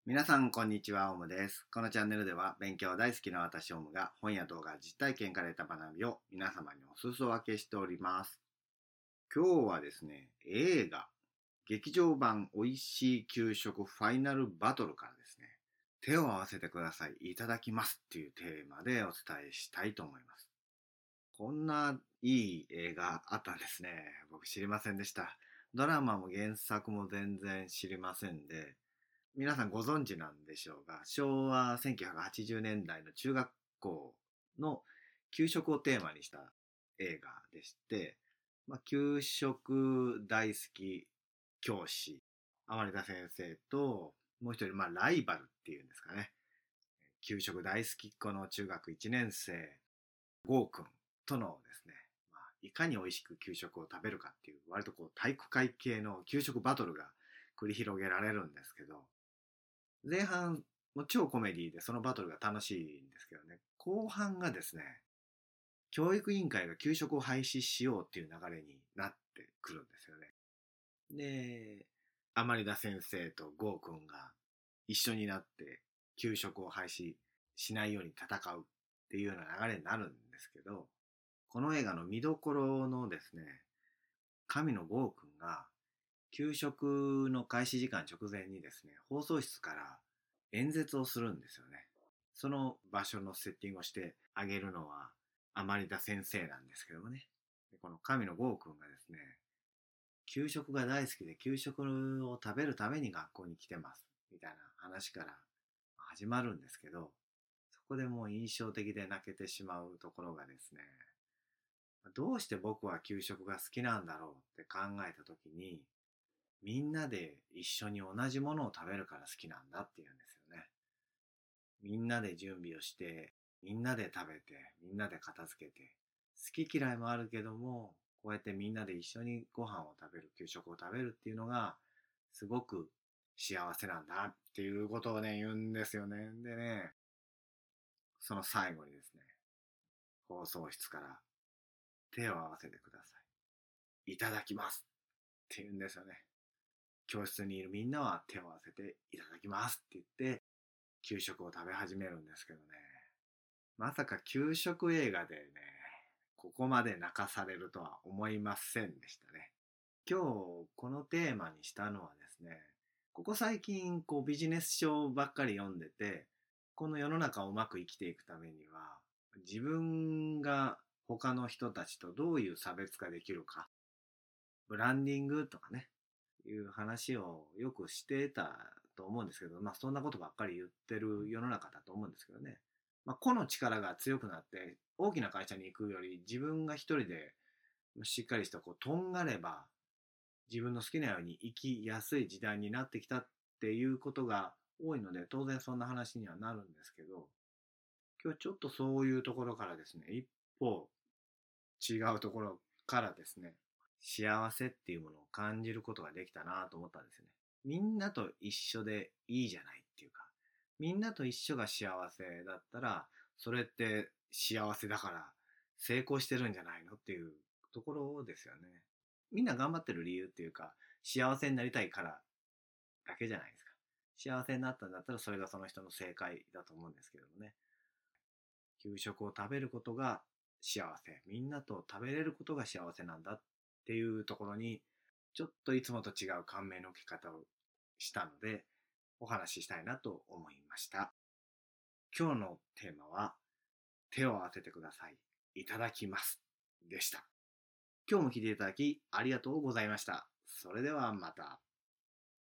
皆さんこんにちは、オムです。このチャンネルでは勉強大好きな私オムが本や動画、実体験から得た学びを皆様にお裾分けしております。今日はですね、映画劇場版おいしい給食ファイナルバトルからですね、手を合わせてください、いただきますっていうテーマでお伝えしたいと思います。こんないい映画あったんですね。僕知りませんでした。ドラマも原作も全然知りませんで、皆さんご存知なんでしょうが、昭和1980年代の中学校の給食をテーマにした映画でして、給食大好き教師、甘利田先生と、もう一人、ライバルっていうんですかね、給食大好きっ子の中学1年生、ゴーくんとのですね、いかに美味しく給食を食べるかっていう、割とこう体育会系の給食バトルが繰り広げられるんですけど、前半も超コメディでそのバトルが楽しいんですけどね、後半がですね、教育委員会が給食を廃止しようっていう流れになってくるんですよね。で、甘利田先生と郷くんが一緒になって給食を廃止しないように戦うっていうような流れになるんですけど、この映画の見どころのですね、神野郷くんが給食の開始時間直前にですね、放送室から演説をするんですよね。その場所のセッティングをしてあげるのは甘利田先生なんですけどもね。でこの神野剛君がですね、給食が大好きで給食を食べるために学校に来てますみたいな話から始まるんですけど、そこでもう印象的で泣けてしまうところがですね、どうして僕は給食が好きなんだろうって考えた時に、みんなで一緒に同じものを食べるから好きなんだっていうんですよね。みんなで準備をして、みんなで食べて、みんなで片付けて、好き嫌いもあるけども、こうやってみんなで一緒にご飯を食べる、給食を食べるっていうのが、すごく幸せなんだっていうことをね、言うんですよね。でね、その最後にですね、放送室から手を合わせてください。いただきますって言うんですよね。教室にいるみんなは手を合わせていただきますって言って、給食を食べ始めるんですけどね。まさか給食映画でね、ここまで泣かされるとは思いませんでしたね。今日このテーマにしたのはですね、ここ最近こうビジネス書ばっかり読んでて、この世の中をうまく生きていくためには、自分が他の人たちとどういう差別化できるか、ブランディングとかね、いう話をよくしてたと思うんですけど、そんなことばっかり言ってる世の中だと思うんですけどね。個の力が強くなって大きな会社に行くより自分が一人でしっかりしたこうとんがれば自分の好きなように生きやすい時代になってきたっていうことが多いので、当然そんな話にはなるんですけど、今日ちょっとそういうところからですね、一歩違うところからですね、幸せっていうものを感じることができたなと思ったんですよね。みんなと一緒でいいじゃないっていうか、みんなと一緒が幸せだったら、それって幸せだから成功してるんじゃないのっていうところですよね。みんな頑張ってる理由っていうか、幸せになりたいからだけじゃないですか。幸せになったんだったらそれがその人の正解だと思うんですけどもね。給食を食べることが幸せ、みんなと食べれることが幸せなんだっていうところに、ちょっといつもと違う感銘の受け方をしたので、お話ししたいなと思いました。今日のテーマは、手を合わせてください。いただきます。でした。今日も聞いていただきありがとうございました。それではまた。